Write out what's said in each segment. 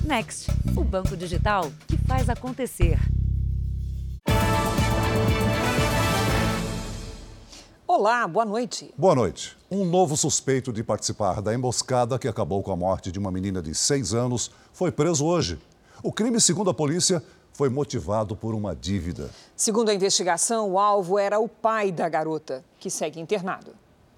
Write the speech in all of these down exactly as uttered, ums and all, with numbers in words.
Next, o banco digital que faz acontecer. Olá, boa noite. Boa noite. Um novo suspeito de participar da emboscada que acabou com a morte de uma menina de seis anos foi preso hoje. O crime, segundo a polícia, foi motivado por uma dívida. Segundo a investigação, o alvo era o pai da garota, que segue internado.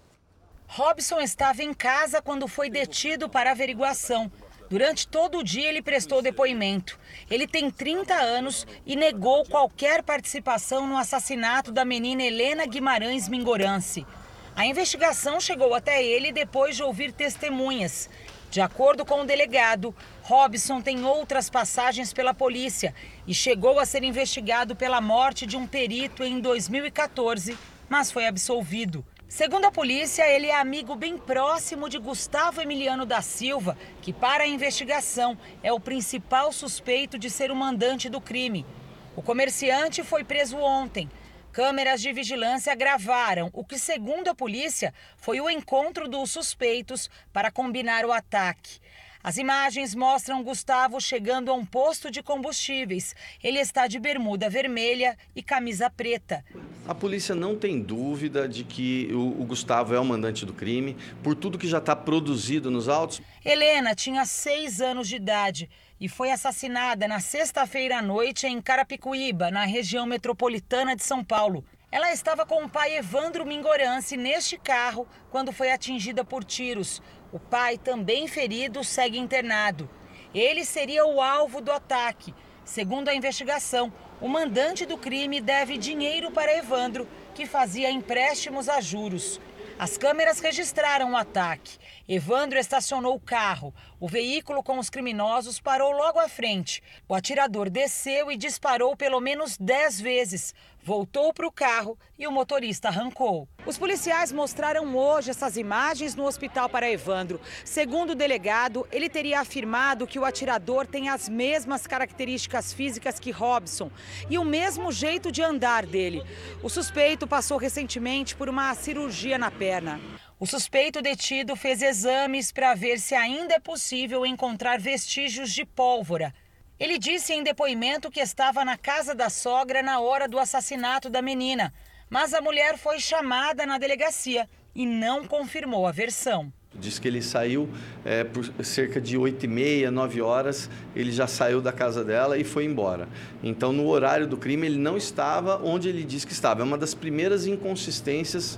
Robson estava em casa quando foi detido para averiguação. Durante todo o dia ele prestou depoimento. Ele tem trinta anos e negou qualquer participação no assassinato da menina Helena Guimarães Mingorance. A investigação chegou até ele depois de ouvir testemunhas. De acordo com o delegado, Robson tem outras passagens pela polícia e chegou a ser investigado pela morte de um perito em dois mil e quatorze, mas foi absolvido. Segundo a polícia, ele é amigo bem próximo de Gustavo Emiliano da Silva, que para a investigação é o principal suspeito de ser o mandante do crime. O comerciante foi preso ontem. Câmeras de vigilância gravaram o que, segundo a polícia, foi o encontro dos suspeitos para combinar o ataque. As imagens mostram Gustavo chegando a um posto de combustíveis. Ele está de bermuda vermelha e camisa preta. A polícia não tem dúvida de que o Gustavo é o mandante do crime, por tudo que já está produzido nos autos. Helena tinha seis anos de idade e foi assassinada na sexta-feira à noite em Carapicuíba, na região metropolitana de São Paulo. Ela estava com o pai Evandro Mingorance neste carro quando foi atingida por tiros. O pai, também ferido, segue internado. Ele seria o alvo do ataque. Segundo a investigação, o mandante do crime deve dinheiro para Evandro, que fazia empréstimos a juros. As câmeras registraram o ataque. Evandro estacionou o carro. O veículo com os criminosos parou logo à frente. O atirador desceu e disparou pelo menos dez vezes. Voltou para o carro e o motorista arrancou. Os policiais mostraram hoje essas imagens no hospital para Evandro. Segundo o delegado, ele teria afirmado que o atirador tem as mesmas características físicas que Robson e o mesmo jeito de andar dele. O suspeito passou recentemente por uma cirurgia na perna. O suspeito detido fez exames para ver se ainda é possível encontrar vestígios de pólvora. Ele disse em depoimento que estava na casa da sogra na hora do assassinato da menina, mas a mulher foi chamada na delegacia e não confirmou a versão. Diz que ele saiu é, por cerca de oito e meia, nove horas, ele já saiu da casa dela e foi embora. Então, no horário do crime, ele não estava onde ele disse que estava. É uma das primeiras inconsistências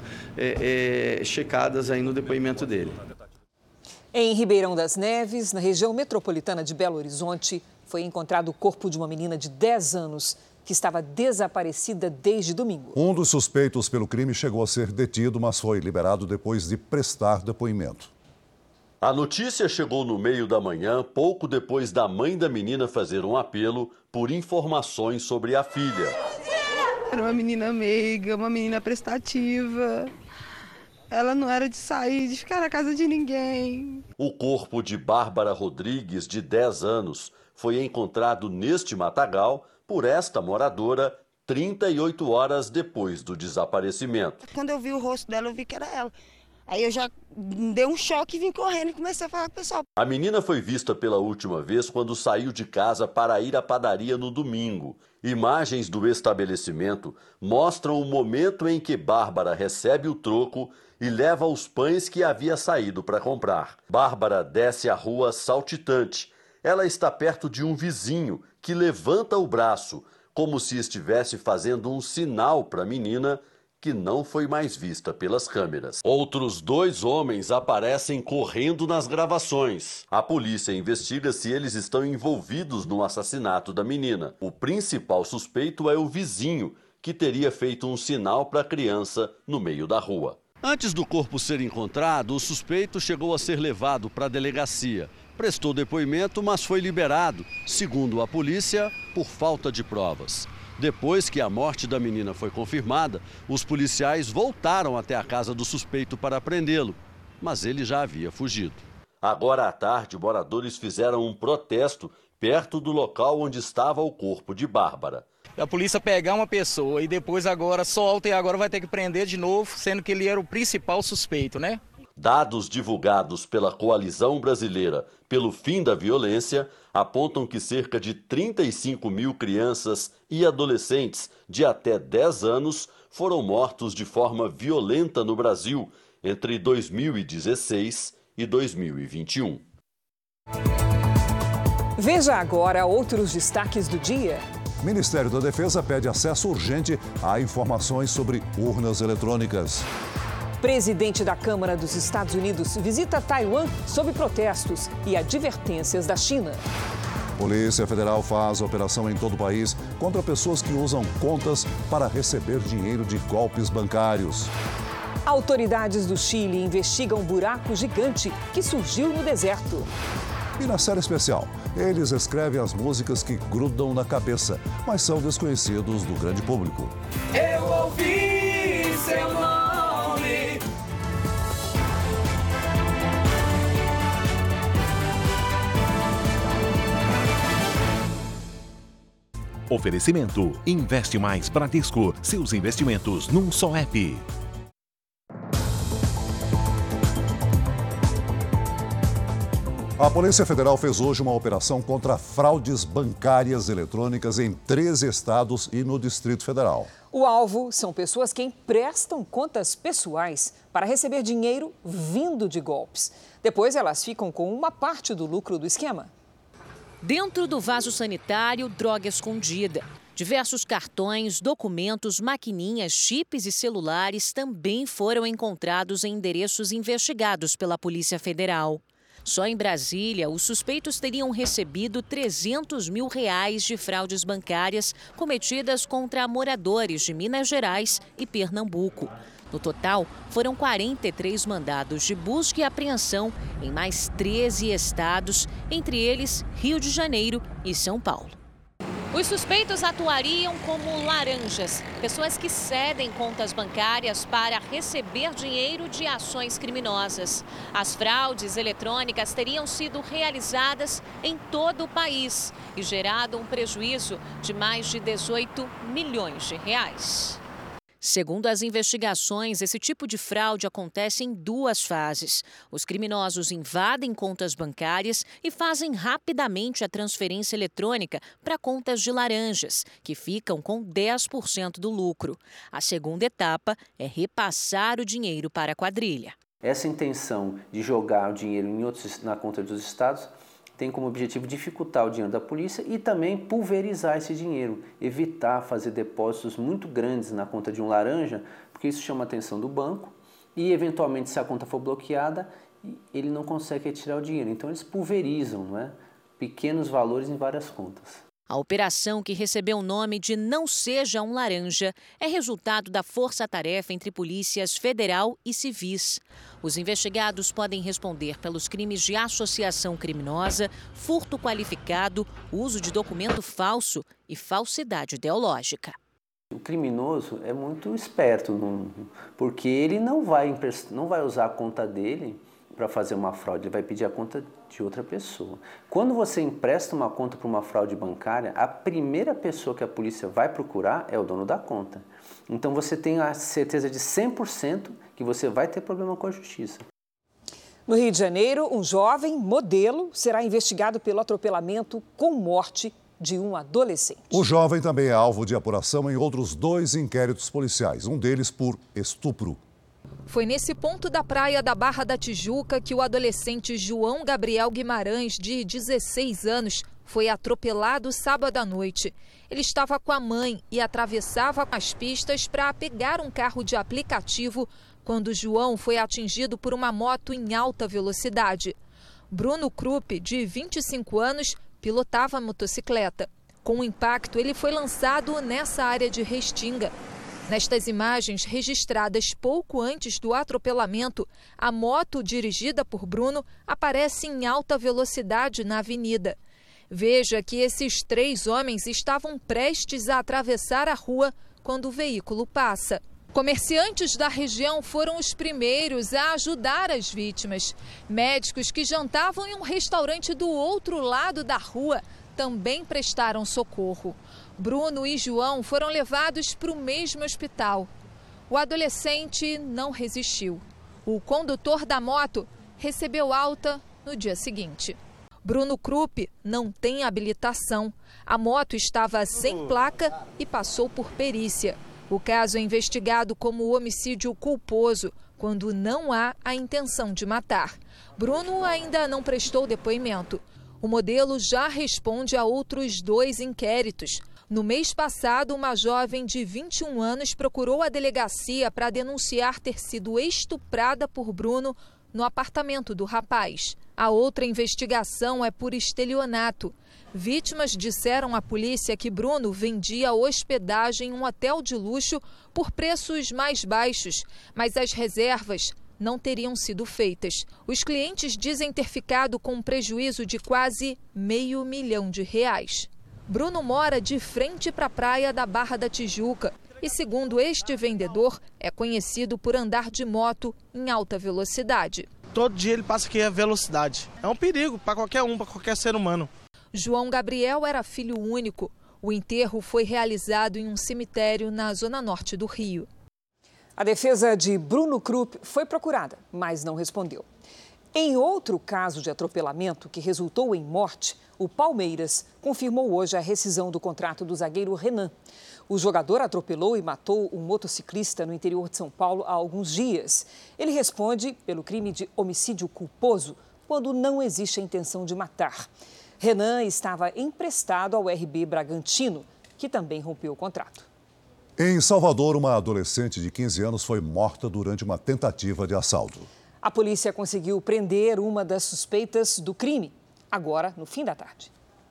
é, é, checadas aí no depoimento dele. Em Ribeirão das Neves, na região metropolitana de Belo Horizonte, foi encontrado o corpo de uma menina de dez anos que estava desaparecida desde domingo. Um dos suspeitos pelo crime chegou a ser detido, mas foi liberado depois de prestar depoimento. A notícia chegou no meio da manhã, pouco depois da mãe da menina fazer um apelo por informações sobre a filha. Era uma menina meiga, uma menina prestativa. Ela não era de sair, de ficar na casa de ninguém. O corpo de Bárbara Rodrigues, de dez anos, foi encontrado neste matagal por esta moradora trinta e oito horas depois do desaparecimento. Quando eu vi o rosto dela, eu vi que era ela. Aí eu já dei um choque e vim correndo e comecei a falar com o pessoal. A menina foi vista pela última vez quando saiu de casa para ir à padaria no domingo. Imagens do estabelecimento mostram o momento em que Bárbara recebe o troco e leva os pães que havia saído para comprar. Bárbara desce a rua saltitante. Ela está perto de um vizinho que levanta o braço, como se estivesse fazendo um sinal para a menina, que não foi mais vista pelas câmeras. Outros dois homens aparecem correndo nas gravações. A polícia investiga se eles estão envolvidos no assassinato da menina. O principal suspeito é o vizinho, que teria feito um sinal para a criança no meio da rua. Antes do corpo ser encontrado, o suspeito chegou a ser levado para a delegacia. Prestou depoimento, mas foi liberado, segundo a polícia, por falta de provas. Depois que a morte da menina foi confirmada, os policiais voltaram até a casa do suspeito para prendê-lo, mas ele já havia fugido. Agora à tarde, moradores fizeram um protesto perto do local onde estava o corpo de Bárbara. A polícia pegar uma pessoa e depois agora solta e agora vai ter que prender de novo, sendo que ele era o principal suspeito, né? Dados divulgados pela Coalizão Brasileira pelo Fim da Violência apontam que cerca de trinta e cinco mil crianças e adolescentes de até dez anos foram mortos de forma violenta no Brasil entre dois mil e dezesseis e dois mil e vinte e um. Veja agora outros destaques do dia. O Ministério da Defesa pede acesso urgente a informações sobre urnas eletrônicas. Presidente da Câmara dos Estados Unidos visita Taiwan sob protestos e advertências da China. Polícia Federal faz operação em todo o país contra pessoas que usam contas para receber dinheiro de golpes bancários. Autoridades do Chile investigam um buraco gigante que surgiu no deserto. E na série especial, eles escrevem as músicas que grudam na cabeça, mas são desconhecidos do grande público. Eu ouvi seu nome. Oferecimento Investe Mais Bradesco. Seus investimentos num só app. A Polícia Federal fez hoje uma operação contra fraudes bancárias eletrônicas em treze estados e no Distrito Federal. O alvo são pessoas que emprestam contas pessoais para receber dinheiro vindo de golpes. Depois elas ficam com uma parte do lucro do esquema. Dentro do vaso sanitário, droga escondida. Diversos cartões, documentos, maquininhas, chips e celulares também foram encontrados em endereços investigados pela Polícia Federal. Só em Brasília, os suspeitos teriam recebido trezentos mil reais de fraudes bancárias cometidas contra moradores de Minas Gerais e Pernambuco. No total, foram quarenta e três mandados de busca e apreensão em mais treze estados, entre eles Rio de Janeiro e São Paulo. Os suspeitos atuariam como laranjas, pessoas que cedem contas bancárias para receber dinheiro de ações criminosas. As fraudes eletrônicas teriam sido realizadas em todo o país e gerado um prejuízo de mais de dezoito milhões de reais. Segundo as investigações, esse tipo de fraude acontece em duas fases. Os criminosos invadem contas bancárias e fazem rapidamente a transferência eletrônica para contas de laranjas, que ficam com dez por cento do lucro. A segunda etapa é repassar o dinheiro para a quadrilha. Essa intenção de jogar o dinheiro em outros, na conta dos estados tem como objetivo dificultar o dinheiro da polícia e também pulverizar esse dinheiro, evitar fazer depósitos muito grandes na conta de um laranja, porque isso chama a atenção do banco e, eventualmente, se a conta for bloqueada, ele não consegue retirar o dinheiro. Então, eles pulverizam, não é? Pequenos valores em várias contas. A operação, que recebeu o nome de Não Seja um Laranja, é resultado da força-tarefa entre polícias federal e civis. Os investigados podem responder pelos crimes de associação criminosa, furto qualificado, uso de documento falso e falsidade ideológica. O criminoso é muito esperto, porque ele não vai, não vai usar a conta dele para fazer uma fraude, ele vai pedir a conta de outra pessoa. Quando você empresta uma conta para uma fraude bancária, a primeira pessoa que a polícia vai procurar é o dono da conta. Então você tem a certeza de cem por cento que você vai ter problema com a justiça. No Rio de Janeiro, um jovem modelo será investigado pelo atropelamento com morte de um adolescente. O jovem também é alvo de apuração em outros dois inquéritos policiais, um deles por estupro. Foi nesse ponto da praia da Barra da Tijuca que o adolescente João Gabriel Guimarães, de dezesseis anos, foi atropelado sábado à noite. Ele estava com a mãe e atravessava as pistas para pegar um carro de aplicativo quando João foi atingido por uma moto em alta velocidade. Bruno Krupp, de vinte e cinco anos, pilotava a motocicleta. Com o impacto, ele foi lançado nessa área de Restinga. Nestas imagens, registradas pouco antes do atropelamento, a moto dirigida por Bruno aparece em alta velocidade na avenida. Veja que esses três homens estavam prestes a atravessar a rua quando o veículo passa. Comerciantes da região foram os primeiros a ajudar as vítimas. Médicos que jantavam em um restaurante do outro lado da rua também prestaram socorro. Bruno e João foram levados para o mesmo hospital. O adolescente não resistiu. O condutor da moto recebeu alta no dia seguinte. Bruno Krupp não tem habilitação. A moto estava sem placa e passou por perícia. O caso é investigado como homicídio culposo, quando não há a intenção de matar. Bruno ainda não prestou depoimento. O modelo já responde a outros dois inquéritos. No mês passado, uma jovem de vinte e um anos procurou a delegacia para denunciar ter sido estuprada por Bruno no apartamento do rapaz. A outra investigação é por estelionato. Vítimas disseram à polícia que Bruno vendia hospedagem em um hotel de luxo por preços mais baixos, mas as reservas não teriam sido feitas. Os clientes dizem ter ficado com um prejuízo de quase meio milhão de reais. Bruno mora de frente para a praia da Barra da Tijuca e, segundo este vendedor, é conhecido por andar de moto em alta velocidade. Todo dia ele passa aqui a velocidade. É um perigo para qualquer um, para qualquer ser humano. João Gabriel era filho único. O enterro foi realizado em um cemitério na zona norte do Rio. A defesa de Bruno Krupp foi procurada, mas não respondeu. Em outro caso de atropelamento que resultou em morte, o Palmeiras confirmou hoje a rescisão do contrato do zagueiro Renan. O jogador atropelou e matou um motociclista no interior de São Paulo há alguns dias. Ele responde pelo crime de homicídio culposo quando não existe a intenção de matar. Renan estava emprestado ao R B Bragantino, que também rompeu o contrato. Em Salvador, uma adolescente de quinze anos foi morta durante uma tentativa de assalto. A polícia conseguiu prender uma das suspeitas do crime, agora no fim da tarde.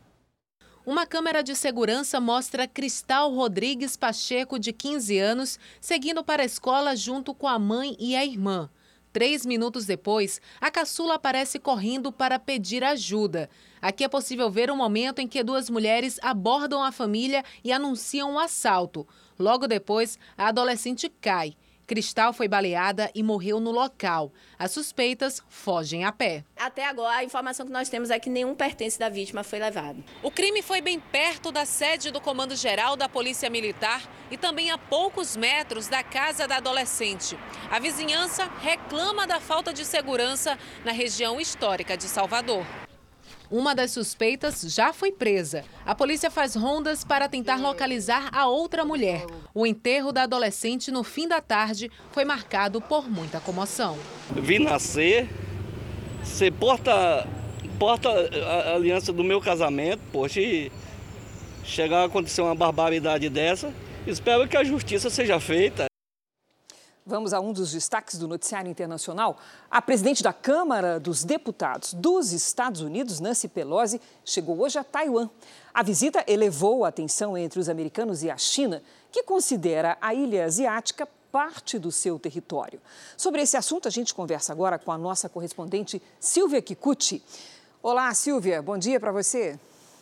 Uma câmera de segurança mostra Cristal Rodrigues Pacheco, de quinze anos, seguindo para a escola junto com a mãe e a irmã. Três minutos depois, a caçula aparece correndo para pedir ajuda. Aqui é possível ver o momento em que duas mulheres abordam a família e anunciam um assalto. Logo depois, a adolescente cai. Cristal foi baleada e morreu no local. As suspeitas fogem a pé. Até agora, a informação que nós temos é que nenhum pertence da vítima foi levado. O crime foi bem perto da sede do Comando Geral da Polícia Militar e também a poucos metros da casa da adolescente. A vizinhança reclama da falta de segurança na região histórica de Salvador. Uma das suspeitas já foi presa. A polícia faz rondas para tentar localizar a outra mulher. O enterro da adolescente no fim da tarde foi marcado por muita comoção. Vi nascer, ser porta, porta a aliança do meu casamento, poxa, e chegar a acontecer uma barbaridade dessa, espero que a justiça seja feita. Vamos a um dos destaques do noticiário internacional. A presidente da Câmara dos Deputados dos Estados Unidos, Nancy Pelosi, chegou hoje a Taiwan. A visita elevou a tensão entre os americanos e a China, que considera a ilha asiática parte do seu território. Sobre esse assunto, a gente conversa agora com a nossa correspondente Silvia Kikuchi. Olá, Silvia, bom dia para você.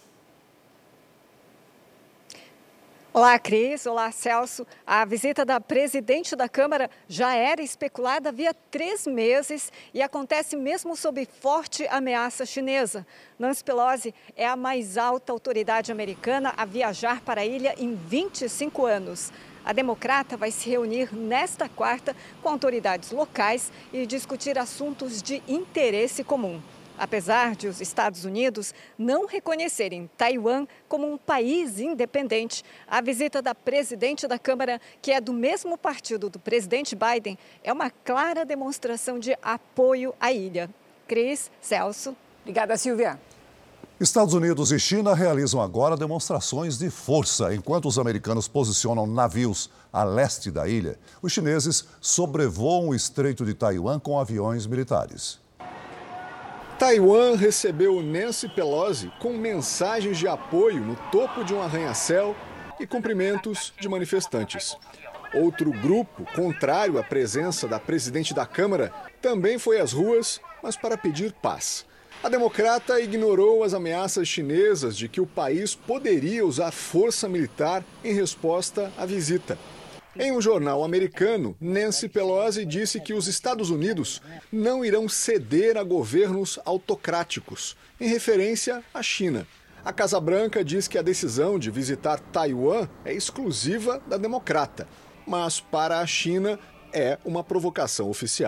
Olá, Cris. Olá, Celso. A visita da presidente da Câmara já era especulada havia três meses e acontece mesmo sob forte ameaça chinesa. Nancy Pelosi é a mais alta autoridade americana a viajar para a ilha em vinte e cinco anos. A democrata vai se reunir nesta quarta com autoridades locais e discutir assuntos de interesse comum. Apesar de os Estados Unidos não reconhecerem Taiwan como um país independente, a visita da presidente da Câmara, que é do mesmo partido do presidente Biden, é uma clara demonstração de apoio à ilha. Cris, Celso. Obrigada, Silvia. Estados Unidos e China realizam agora demonstrações de força. Enquanto os americanos posicionam navios a leste da ilha, os chineses sobrevoam o Estreito de Taiwan com aviões militares. Taiwan recebeu Nancy Pelosi com mensagens de apoio no topo de um arranha-céu e cumprimentos de manifestantes. Outro grupo, contrário à presença da presidente da Câmara, também foi às ruas, mas para pedir paz. A democrata ignorou as ameaças chinesas de que o país poderia usar força militar em resposta à visita. Em um jornal americano, Nancy Pelosi disse que os Estados Unidos não irão ceder a governos autocráticos, em referência à China. A Casa Branca diz que a decisão de visitar Taiwan é exclusiva da democrata, mas para a China é uma provocação oficial.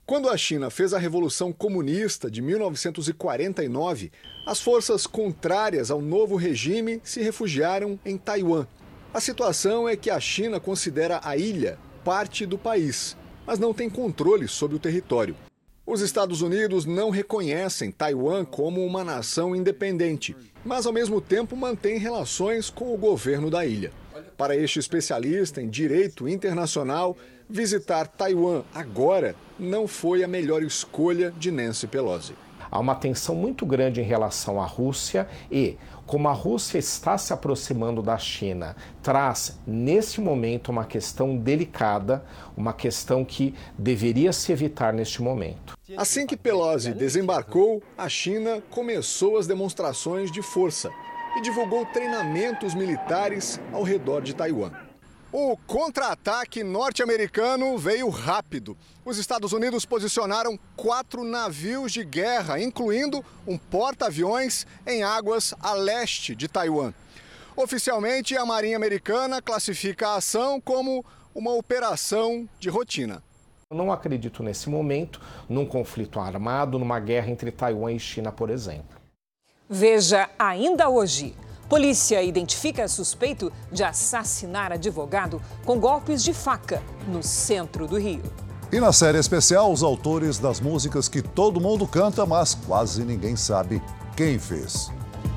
Quando a China fez a Revolução Comunista de mil novecentos e quarenta e nove, as forças contrárias ao novo regime se refugiaram em Taiwan. A situação é que a China considera a ilha parte do país, mas não tem controle sobre o território. Os Estados Unidos não reconhecem Taiwan como uma nação independente, mas ao mesmo tempo mantém relações com o governo da ilha. Para este especialista em direito internacional, visitar Taiwan agora não foi a melhor escolha de Nancy Pelosi. Há uma tensão muito grande em relação à Rússia e, como a Rússia está se aproximando da China, traz, nesse momento, uma questão delicada, uma questão que deveria se evitar neste momento. Assim que Pelosi desembarcou, a China começou as demonstrações de força e divulgou treinamentos militares ao redor de Taiwan. O contra-ataque norte-americano veio rápido. Os Estados Unidos posicionaram quatro navios de guerra, incluindo um porta-aviões em águas a leste de Taiwan. Oficialmente, a Marinha Americana classifica a ação como uma operação de rotina. Eu não acredito nesse momento num conflito armado, numa guerra entre Taiwan e China, por exemplo. Veja ainda hoje. Polícia identifica suspeito de assassinar advogado com golpes de faca no centro do Rio. E na série especial, os autores das músicas que todo mundo canta, mas quase ninguém sabe quem fez.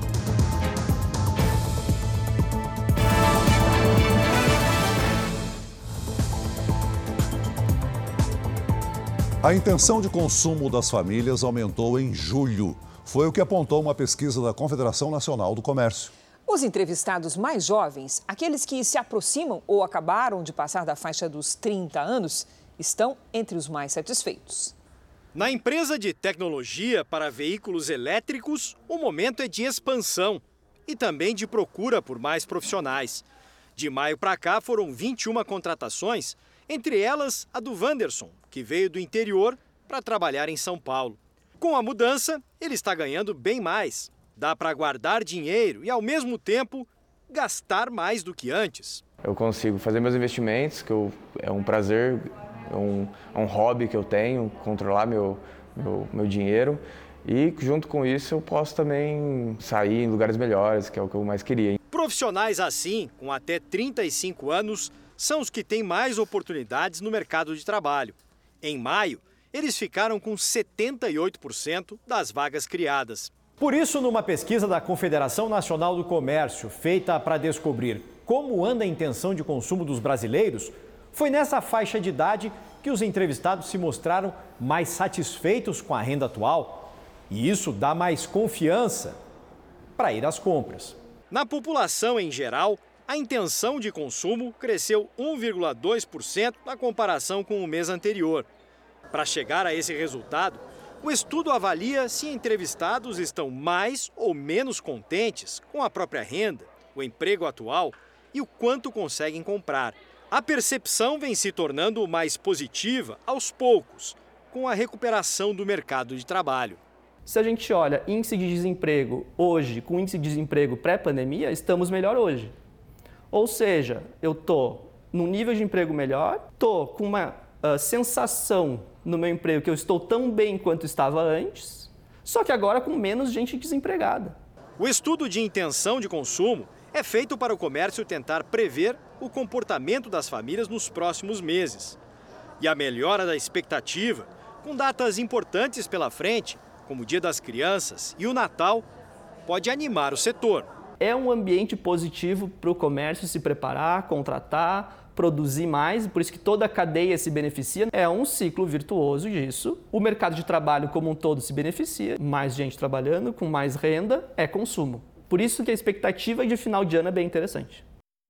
A intenção de consumo das famílias aumentou em julho. Foi o que apontou uma pesquisa da Confederação Nacional do Comércio. Os entrevistados mais jovens, aqueles que se aproximam ou acabaram de passar da faixa dos trinta anos, estão entre os mais satisfeitos. Na empresa de tecnologia para veículos elétricos, o momento é de expansão e também de procura por mais profissionais. De maio para cá foram vinte e uma contratações, entre elas a do Wanderson, que veio do interior para trabalhar em São Paulo. Com a mudança, ele está ganhando bem mais. Dá para guardar dinheiro e, ao mesmo tempo, gastar mais do que antes. Eu consigo fazer meus investimentos, que eu, é um prazer, é um, é um hobby que eu tenho, controlar meu, meu, meu dinheiro. E, junto com isso, eu posso também sair em lugares melhores, que é o que eu mais queria. Profissionais assim, com até trinta e cinco anos, são os que têm mais oportunidades no mercado de trabalho. Em maio, eles ficaram com setenta e oito por cento das vagas criadas. Por isso, numa pesquisa da Confederação Nacional do Comércio, feita para descobrir como anda a intenção de consumo dos brasileiros, foi nessa faixa de idade que os entrevistados se mostraram mais satisfeitos com a renda atual. E isso dá mais confiança para ir às compras. Na população em geral, a intenção de consumo cresceu um vírgula dois por cento na comparação com o mês anterior. Para chegar a esse resultado, o estudo avalia se entrevistados estão mais ou menos contentes com a própria renda, o emprego atual e o quanto conseguem comprar. A percepção vem se tornando mais positiva aos poucos, com a recuperação do mercado de trabalho. Se a gente olha índice de desemprego hoje com índice de desemprego pré-pandemia, estamos melhor hoje. Ou seja, eu estou num nível de emprego melhor, estou com uma uh, sensação no meu emprego que eu estou tão bem quanto estava antes, só que agora com menos gente desempregada. O estudo de intenção de consumo é feito para o comércio tentar prever o comportamento das famílias nos próximos meses. E a melhora da expectativa, com datas importantes pela frente, como o Dia das Crianças e o Natal, pode animar o setor. É um ambiente positivo para o comércio se preparar, contratar, produzir mais, por isso que toda a cadeia se beneficia. É um ciclo virtuoso disso. O mercado de trabalho como um todo se beneficia. Mais gente trabalhando, com mais renda, é consumo. Por isso que a expectativa de final de ano é bem interessante.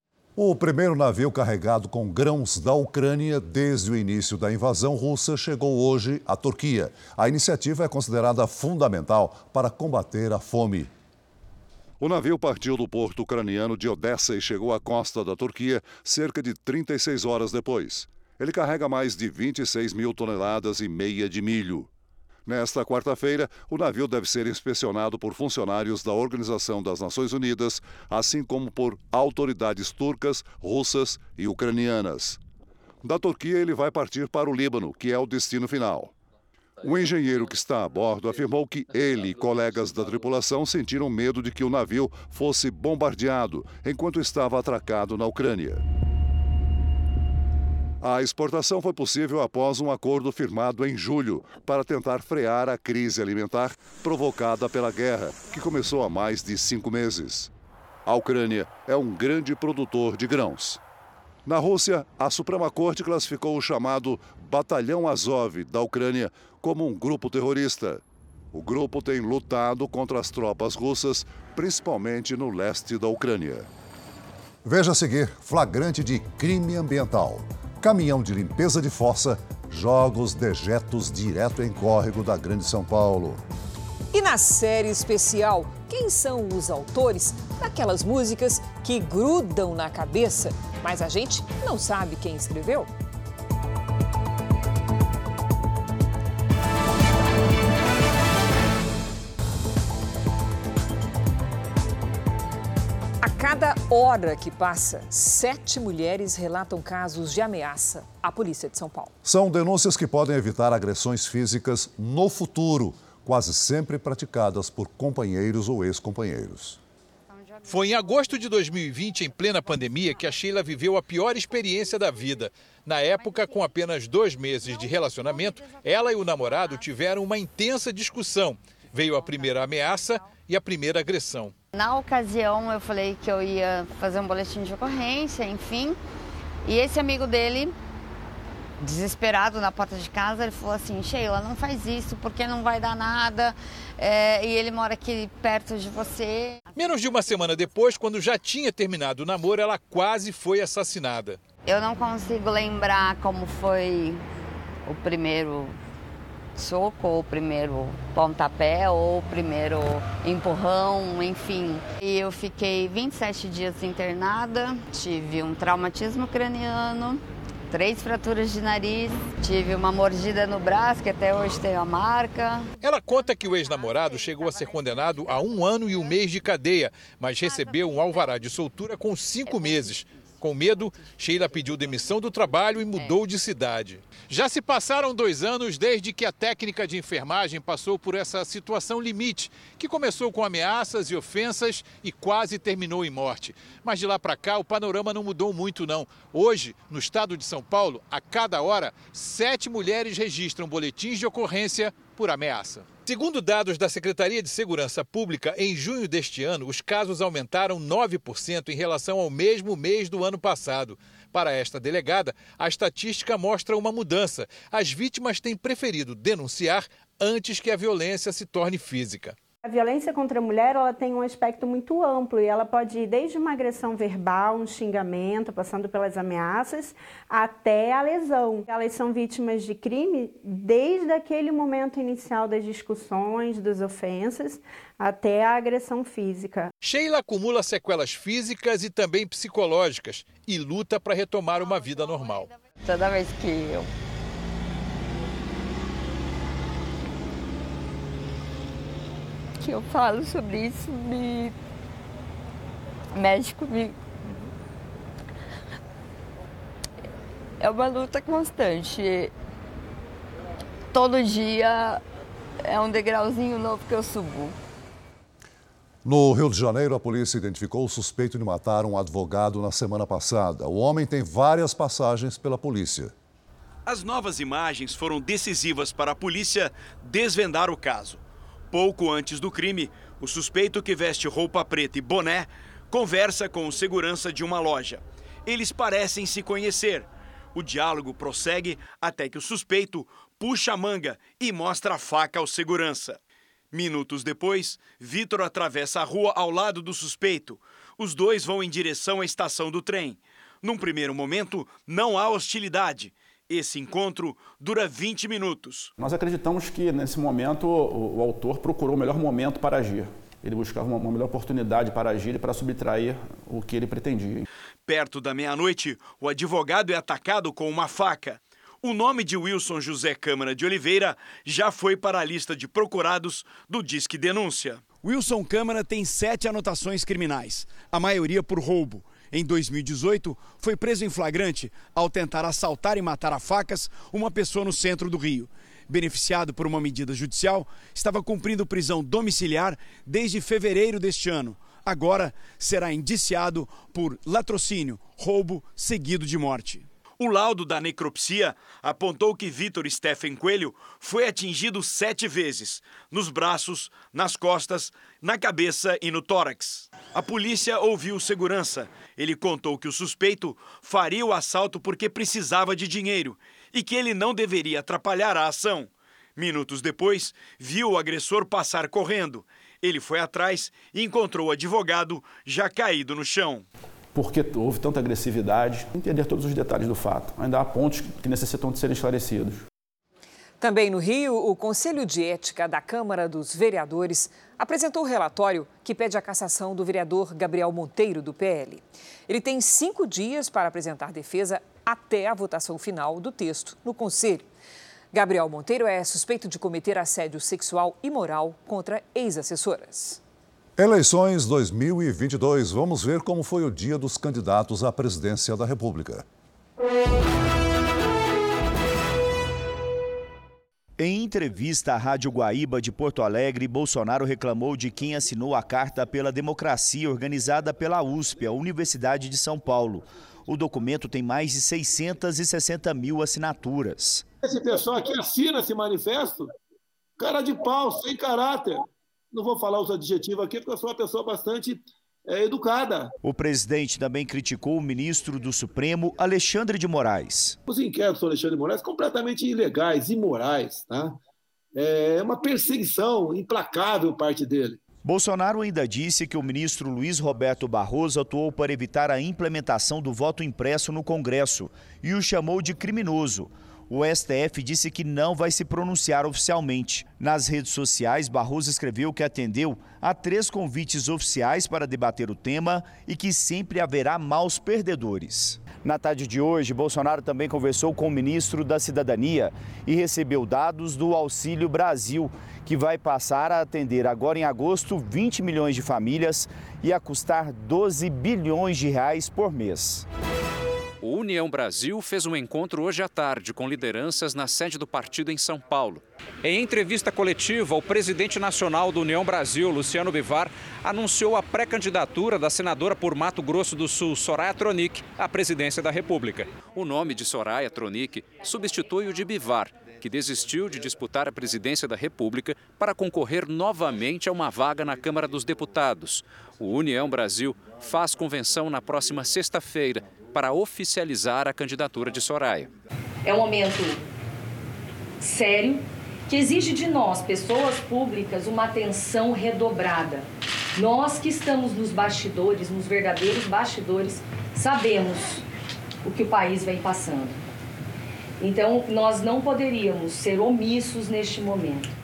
O primeiro navio carregado com grãos da Ucrânia desde o início da invasão russa chegou hoje à Turquia. A iniciativa é considerada fundamental para combater a fome. O navio partiu do porto ucraniano de Odessa e chegou à costa da Turquia cerca de trinta e seis horas depois. Ele carrega mais de vinte e seis mil toneladas e meia de milho. Nesta quarta-feira, o navio deve ser inspecionado por funcionários da Organização das Nações Unidas, assim como por autoridades turcas, russas e ucranianas. Da Turquia, ele vai partir para o Líbano, que é o destino final. O engenheiro que está a bordo afirmou que ele e colegas da tripulação sentiram medo de que o navio fosse bombardeado enquanto estava atracado na Ucrânia. A exportação foi possível após um acordo firmado em julho para tentar frear a crise alimentar provocada pela guerra, que começou há mais de cinco meses. A Ucrânia é um grande produtor de grãos. Na Rússia, a Suprema Corte classificou o chamado Batalhão Azov da Ucrânia como um grupo terrorista. O grupo tem lutado contra as tropas russas, principalmente no leste da Ucrânia. Veja a seguir, flagrante de crime ambiental. Caminhão de limpeza de fossa joga os dejetos direto em córrego da Grande São Paulo. E na série especial, quem são os autores daquelas músicas que grudam na cabeça, mas a gente não sabe quem escreveu? A cada hora que passa, sete mulheres relatam casos de ameaça à Polícia de São Paulo. São denúncias que podem evitar agressões físicas no futuro, quase sempre praticadas por companheiros ou ex-companheiros. Foi em agosto de dois mil e vinte, em plena pandemia, que a Sheila viveu a pior experiência da vida. Na época, com apenas dois meses de relacionamento, ela e o namorado tiveram uma intensa discussão. Veio a primeira ameaça e a primeira agressão. Na ocasião, eu falei que eu ia fazer um boletim de ocorrência, enfim. E esse amigo dele, desesperado na porta de casa, ele falou assim: Sheila, não faz isso, porque não vai dar nada. É, e ele mora aqui perto de você. Menos de uma semana depois, quando já tinha terminado o namoro, ela quase foi assassinada. Eu não consigo lembrar como foi o primeiro soco, ou o primeiro pontapé, ou o primeiro empurrão, enfim. E eu fiquei vinte e sete dias internada, tive um traumatismo craniano, três fraturas de nariz, tive uma mordida no braço, que até hoje tem a marca. Ela conta que o ex-namorado chegou a ser condenado a um ano e um mês de cadeia, mas recebeu um alvará de soltura com cinco meses. Com medo, Sheila pediu demissão do trabalho e mudou de cidade. Já se passaram dois anos desde que a técnica de enfermagem passou por essa situação limite, que começou com ameaças e ofensas e quase terminou em morte. Mas de lá para cá, o panorama não mudou muito, não. Hoje, no estado de São Paulo, a cada hora, sete mulheres registram boletins de ocorrência por ameaça. Segundo dados da Secretaria de Segurança Pública, em junho deste ano, os casos aumentaram nove por cento em relação ao mesmo mês do ano passado. Para esta delegada, a estatística mostra uma mudança. As vítimas têm preferido denunciar antes que a violência se torne física. A violência contra a mulher, ela tem um aspecto muito amplo e ela pode ir desde uma agressão verbal, um xingamento, passando pelas ameaças, até a lesão. Elas são vítimas de crime desde aquele momento inicial das discussões, das ofensas, até a agressão física. Sheila acumula sequelas físicas e também psicológicas e luta para retomar uma vida normal. Toda vez que eu que eu falo sobre isso, me mexe comigo. É uma luta constante. Todo dia é um degrauzinho novo que eu subo. No Rio de Janeiro, a polícia identificou o suspeito de matar um advogado na semana passada. O homem tem várias passagens pela polícia. As novas imagens foram decisivas para a polícia desvendar o caso. Pouco antes do crime, o suspeito, que veste roupa preta e boné, conversa com o segurança de uma loja. Eles parecem se conhecer. O diálogo prossegue até que o suspeito puxa a manga e mostra a faca ao segurança. Minutos depois, Vitor atravessa a rua ao lado do suspeito. Os dois vão em direção à estação do trem. Num primeiro momento, não há hostilidade. Esse encontro dura vinte minutos. Nós acreditamos que, nesse momento, o, o autor procurou o melhor momento para agir. Ele buscava uma, uma melhor oportunidade para agir e para subtrair o que ele pretendia. Perto da meia-noite, o advogado é atacado com uma faca. O nome de Wilson José Câmara de Oliveira já foi para a lista de procurados do Disque Denúncia. Wilson Câmara tem sete anotações criminais, a maioria por roubo. Em dois mil e dezoito, foi preso em flagrante ao tentar assaltar e matar a facas uma pessoa no centro do Rio. beneficiado por uma medida judicial, estava cumprindo prisão domiciliar desde fevereiro deste ano. Agora será indiciado por latrocínio, roubo seguido de morte. O laudo da necropsia apontou que Vitor Stephen Coelho foi atingido sete vezes, nos braços, nas costas, na cabeça e no tórax. A polícia ouviu segurança. Ele contou que o suspeito faria o assalto porque precisava de dinheiro e que ele não deveria atrapalhar a ação. Minutos depois, viu o agressor passar correndo. Ele foi atrás e encontrou o advogado já caído no chão. Por que houve tanta agressividade? Entender todos os detalhes do fato. Ainda há pontos que necessitam de serem esclarecidos. Também no Rio, o Conselho de Ética da Câmara dos Vereadores apresentou o relatório que pede a cassação do vereador Gabriel Monteiro, do P L. Ele tem cinco dias para apresentar defesa até a votação final do texto no Conselho. Gabriel Monteiro é suspeito de cometer assédio sexual e moral contra ex-assessoras. Eleições dois mil e vinte e dois. Vamos ver como foi o dia dos candidatos à presidência da República. Em entrevista à Rádio Guaíba de Porto Alegre, Bolsonaro reclamou de quem assinou a Carta pela Democracia organizada pela U S P, a Universidade de São Paulo. O documento tem mais de seiscentas e sessenta mil assinaturas. Esse pessoal aqui assina esse manifesto, cara de pau, sem caráter. Não vou falar os adjetivos aqui, porque eu sou uma pessoa bastante é, educada. O presidente também criticou o ministro do Supremo, Alexandre de Moraes. Os inquéritos do Alexandre de Moraes completamente ilegais, imorais, tá? É uma perseguição implacável parte dele. Bolsonaro ainda disse que o ministro Luiz Roberto Barroso atuou para evitar a implementação do voto impresso no Congresso e o chamou de criminoso. O S T F disse que não vai se pronunciar oficialmente. Nas redes sociais, Barroso escreveu que atendeu a três convites oficiais para debater o tema e que sempre haverá maus perdedores. Na tarde de hoje, Bolsonaro também conversou com o ministro da Cidadania e recebeu dados do Auxílio Brasil, que vai passar a atender agora em agosto vinte milhões de famílias e a custar doze bilhões de reais por mês. O União Brasil fez um encontro hoje à tarde com lideranças na sede do partido em São Paulo. Em entrevista coletiva, o presidente nacional do União Brasil, Luciano Bivar, anunciou a pré-candidatura da senadora por Mato Grosso do Sul, Soraya Tronic, à presidência da República. O nome de Soraya Tronic substitui o de Bivar, que desistiu de disputar a presidência da República para concorrer novamente a uma vaga na Câmara dos Deputados. O União Brasil faz convenção na próxima sexta-feira para oficializar a candidatura de Soraya. É um momento sério que exige de nós, pessoas públicas, uma atenção redobrada. Nós que estamos nos bastidores, nos verdadeiros bastidores, sabemos o que o país vem passando. Então, nós não poderíamos ser omissos neste momento.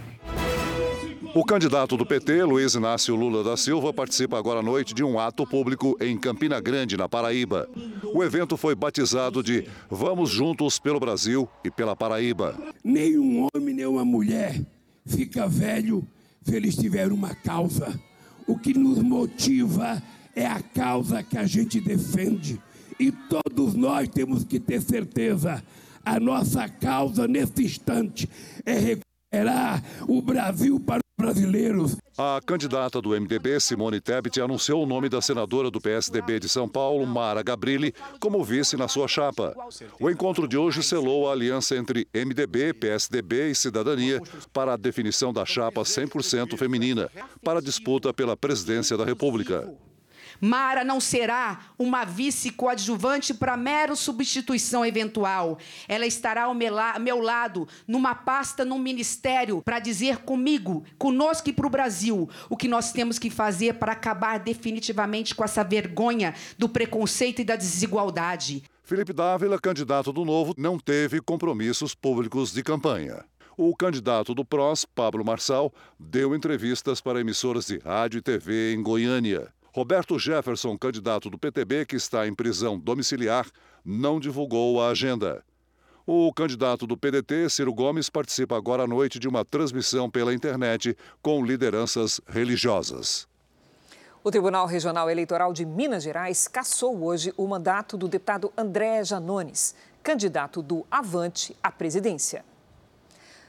O candidato do P T, Luiz Inácio Lula da Silva, participa agora à noite de um ato público em Campina Grande, na Paraíba. O evento foi batizado de Vamos Juntos pelo Brasil e pela Paraíba. Nenhum homem, nem uma mulher fica velho se eles tiverem uma causa. O que nos motiva é a causa que a gente defende. E todos nós temos que ter certeza, a nossa causa nesse instante é recuperar o Brasil para brasileiros. A candidata do M D B, Simone Tebet, anunciou o nome da senadora do P S D B de São Paulo, Mara Gabrilli, como vice na sua chapa. O encontro de hoje selou a aliança entre M D B, P S D B e Cidadania para a definição da chapa cem por cento feminina para a disputa pela presidência da República. Mara não será uma vice coadjuvante para mera substituição eventual. Ela estará ao meu lado, numa pasta, num ministério, para dizer comigo, conosco e para o Brasil, o que nós temos que fazer para acabar definitivamente com essa vergonha do preconceito e da desigualdade. Felipe Dávila, candidato do Novo, não teve compromissos públicos de campanha. O candidato do P R O S, Pablo Marçal, deu entrevistas para emissoras de rádio e T V em Goiânia. Roberto Jefferson, candidato do P T B, que está em prisão domiciliar, não divulgou a agenda. O candidato do P D T, Ciro Gomes, participa agora à noite de uma transmissão pela internet com lideranças religiosas. O Tribunal Regional Eleitoral de Minas Gerais cassou hoje o mandato do deputado André Janones, candidato do Avante à presidência.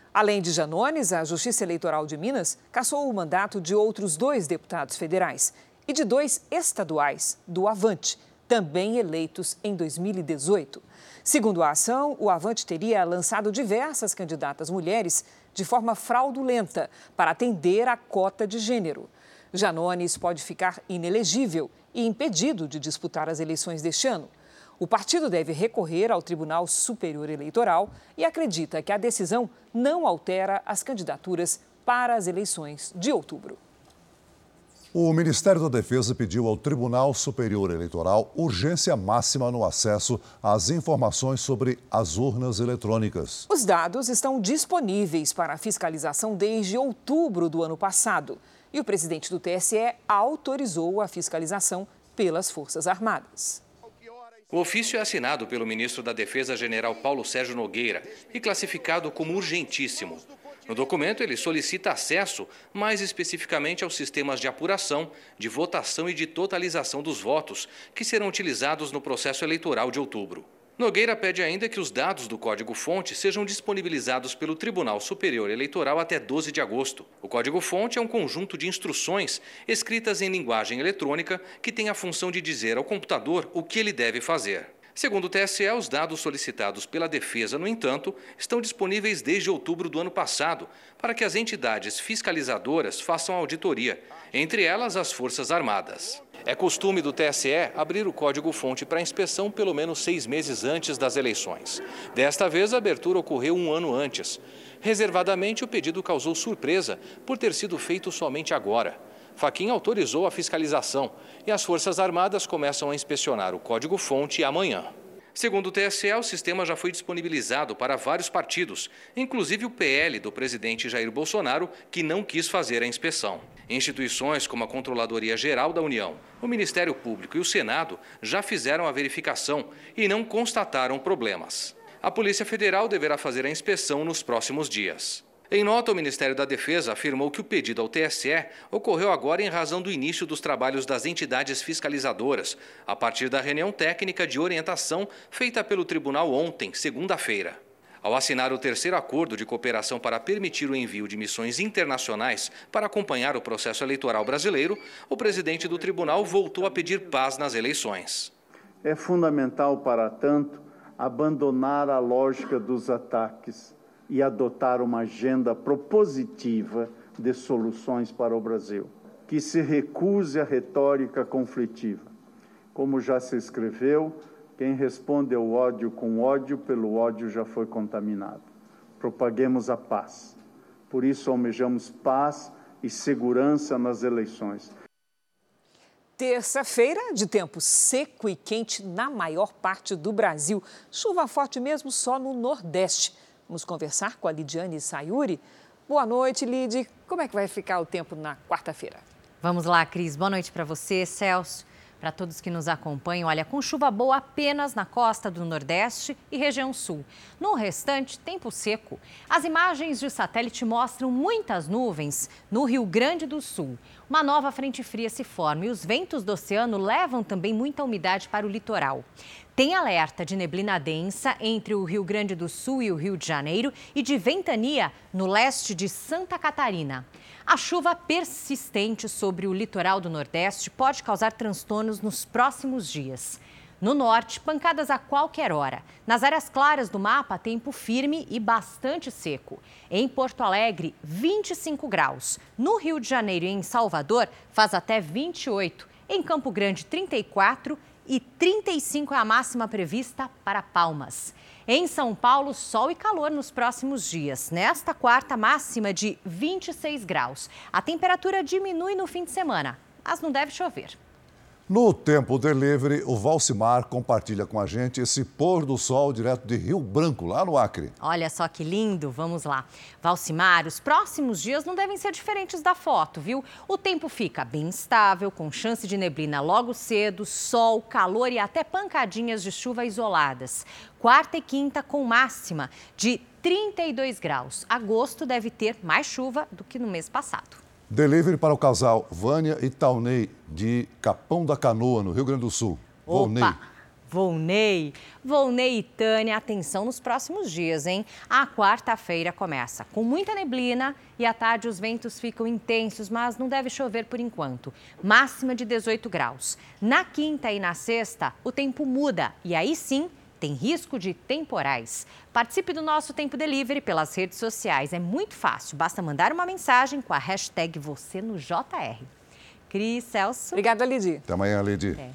Além de Janones, a Justiça Eleitoral de Minas cassou o mandato de outros dois deputados federais e de dois estaduais do Avante, também eleitos em dois mil e dezoito. Segundo a ação, o Avante teria lançado diversas candidatas mulheres de forma fraudulenta para atender à cota de gênero. Janones pode ficar inelegível e impedido de disputar as eleições deste ano. O partido deve recorrer ao Tribunal Superior Eleitoral e acredita que a decisão não altera as candidaturas para as eleições de outubro. O Ministério da Defesa pediu ao Tribunal Superior Eleitoral urgência máxima no acesso às informações sobre as urnas eletrônicas. Os dados estão disponíveis para fiscalização desde outubro do ano passado. E o presidente do T S E autorizou a fiscalização pelas Forças Armadas. O ofício é assinado pelo ministro da Defesa, general Paulo Sérgio Nogueira, e classificado como urgentíssimo. No documento, ele solicita acesso, mais especificamente aos sistemas de apuração, de votação e de totalização dos votos, que serão utilizados no processo eleitoral de outubro. Nogueira pede ainda que os dados do código-fonte sejam disponibilizados pelo Tribunal Superior Eleitoral até doze de agosto. O código-fonte é um conjunto de instruções escritas em linguagem eletrônica que tem a função de dizer ao computador o que ele deve fazer. Segundo o T S E, os dados solicitados pela Defesa, no entanto, estão disponíveis desde outubro do ano passado, para que as entidades fiscalizadoras façam auditoria, entre elas as Forças Armadas. É costume do T S E abrir o código-fonte para inspeção pelo menos seis meses antes das eleições. Desta vez, a abertura ocorreu um ano antes. Reservadamente, o pedido causou surpresa por ter sido feito somente agora. Fachin autorizou a fiscalização e as Forças Armadas começam a inspecionar o código-fonte amanhã. Segundo o T S E, o sistema já foi disponibilizado para vários partidos, inclusive o P L do presidente Jair Bolsonaro, que não quis fazer a inspeção. Instituições como a Controladoria Geral da União, o Ministério Público e o Senado já fizeram a verificação e não constataram problemas. A Polícia Federal deverá fazer a inspeção nos próximos dias. Em nota, o Ministério da Defesa afirmou que o pedido ao T S E ocorreu agora em razão do início dos trabalhos das entidades fiscalizadoras, a partir da reunião técnica de orientação feita pelo tribunal ontem, segunda-feira. Ao assinar o terceiro acordo de cooperação para permitir o envio de missões internacionais para acompanhar o processo eleitoral brasileiro, o presidente do tribunal voltou a pedir paz nas eleições. É fundamental, para tanto, abandonar a lógica dos ataques e adotar uma agenda propositiva de soluções para o Brasil, que se recuse à retórica conflitiva. Como já se escreveu, quem responde ao ódio com ódio, pelo ódio já foi contaminado. Propaguemos a paz. Por isso, almejamos paz e segurança nas eleições. Terça-feira, de tempo seco e quente na maior parte do Brasil. Chuva forte mesmo só no Nordeste. Vamos conversar com a Lidiane Sayuri. Boa noite, Lid. Como é que vai ficar o tempo na quarta-feira? Vamos lá, Cris. Boa noite para você, Celso. Para todos que nos acompanham, olha, com chuva boa apenas na costa do Nordeste e região Sul. No restante, tempo seco. As imagens de satélite mostram muitas nuvens no Rio Grande do Sul. Uma nova frente fria se forma e os ventos do oceano levam também muita umidade para o litoral. Tem alerta de neblina densa entre o Rio Grande do Sul e o Rio de Janeiro e de ventania no leste de Santa Catarina. A chuva persistente sobre o litoral do Nordeste pode causar transtornos nos próximos dias. No norte, pancadas a qualquer hora. Nas áreas claras do mapa, tempo firme e bastante seco. Em Porto Alegre, vinte e cinco graus. No Rio de Janeiro e em Salvador, faz até vinte e oito. Em Campo Grande, trinta e quatro e trinta e cinco é a máxima prevista para Palmas. Em São Paulo, sol e calor nos próximos dias. Nesta quarta, máxima de vinte e seis graus. A temperatura diminui no fim de semana, mas não deve chover. No Tempo Delivery, o Valcimar compartilha com a gente esse pôr do sol direto de Rio Branco, lá no Acre. Olha só que lindo, vamos lá. Valcimar, os próximos dias não devem ser diferentes da foto, viu? O tempo fica bem estável, com chance de neblina logo cedo, sol, calor e até pancadinhas de chuva isoladas. Quarta e quinta com máxima de trinta e dois graus. Agosto deve ter mais chuva do que no mês passado. Delivery para o casal Vânia e Taunay, de Capão da Canoa, no Rio Grande do Sul. Opa! Volney, Volney e Tânia, atenção nos próximos dias, hein? A quarta-feira começa com muita neblina e à tarde os ventos ficam intensos, mas não deve chover por enquanto. Máxima de dezoito graus. Na quinta e na sexta, o tempo muda e aí sim tem risco de temporais. Participe do nosso Tempo Delivery pelas redes sociais. É muito fácil, basta mandar uma mensagem com a hashtag você no J R. Cris, Celso. Obrigada, Lidy. Até amanhã, Lidy. É.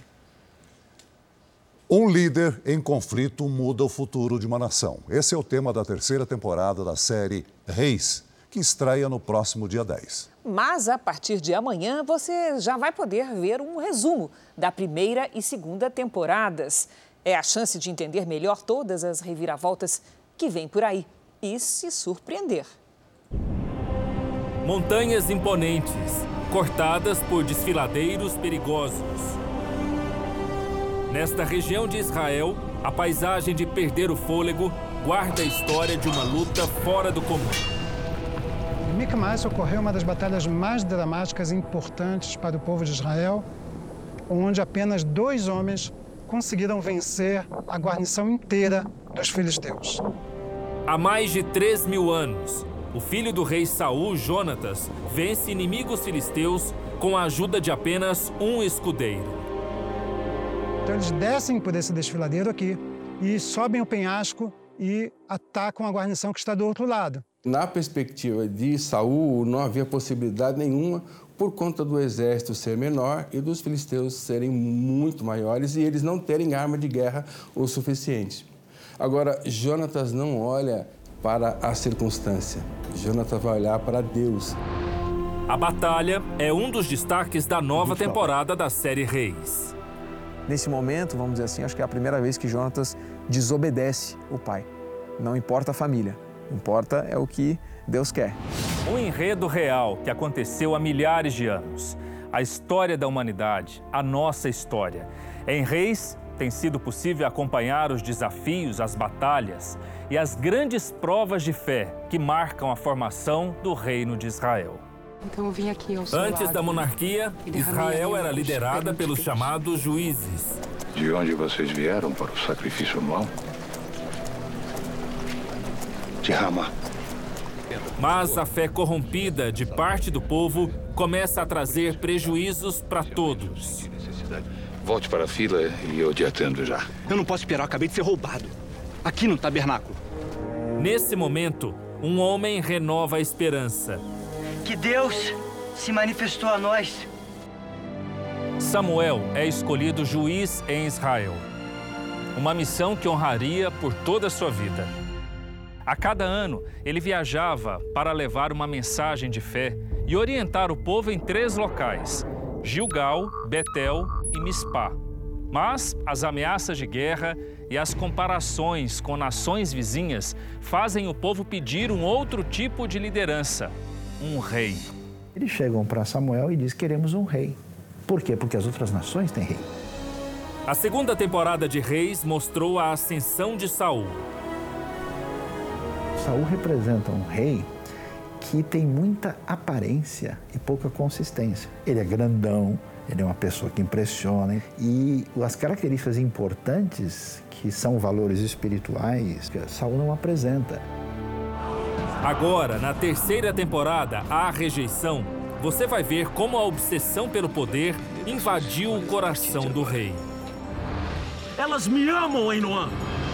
Um líder em conflito muda o futuro de uma nação. Esse é o tema da terceira temporada da série Reis, que estreia no próximo dia dez. Mas a partir de amanhã você já vai poder ver um resumo da primeira e segunda temporadas. É a chance de entender melhor todas as reviravoltas que vêm por aí e se surpreender. Montanhas imponentes, cortadas por desfiladeiros perigosos. Nesta região de Israel, a paisagem de perder o fôlego guarda a história de uma luta fora do comum. Em Micmas ocorreu uma das batalhas mais dramáticas e importantes para o povo de Israel, onde apenas dois homens conseguiram vencer a guarnição inteira dos filisteus. Há mais de três mil anos, o filho do rei Saul, Jonatas, vence inimigos filisteus com a ajuda de apenas um escudeiro. Então eles descem por esse desfiladeiro aqui e sobem o penhasco e atacam a guarnição que está do outro lado. Na perspectiva de Saul, não havia possibilidade nenhuma por conta do exército ser menor e dos filisteus serem muito maiores e eles não terem arma de guerra o suficiente. Agora, Jonatas não olha para a circunstância. Jonatas vai olhar para Deus. A batalha é um dos destaques da nova temporada da série Reis. Nesse momento, vamos dizer assim, acho que é a primeira vez que Jonatas desobedece o pai. Não importa a família, importa é o que Deus quer. Um enredo real que aconteceu há milhares de anos. A história da humanidade, a nossa história. Em Reis, tem sido possível acompanhar os desafios, as batalhas e as grandes provas de fé que marcam a formação do Reino de Israel. Então eu vim aqui ao seu Antes lado, da monarquia, Israel era liderada pelos chamados juízes. De onde vocês vieram para o sacrifício anual? De Ramá. Mas a fé corrompida de parte do povo começa a trazer prejuízos para todos. Volte para a fila e eu te atendo já. Eu não posso esperar, eu acabei de ser roubado. Aqui no tabernáculo. Nesse momento, um homem renova a esperança. Que Deus se manifestou a nós. Samuel é escolhido juiz em Israel. Uma missão que honraria por toda a sua vida. A cada ano, ele viajava para levar uma mensagem de fé e orientar o povo em três locais: Gilgal, Betel e Mispá. Mas as ameaças de guerra e as comparações com nações vizinhas fazem o povo pedir um outro tipo de liderança. Um rei. Eles chegam para Samuel e dizem: queremos um rei. Por quê? Porque as outras nações têm rei. A segunda temporada de Reis mostrou a ascensão de Saul. Saul representa um rei que tem muita aparência e pouca consistência. Ele é grandão, ele é uma pessoa que impressiona. E as características importantes, que são valores espirituais, que Saul não apresenta. Agora, na terceira temporada, A Rejeição, você vai ver como a obsessão pelo poder invadiu o coração do rei. Elas me amam, Einoã.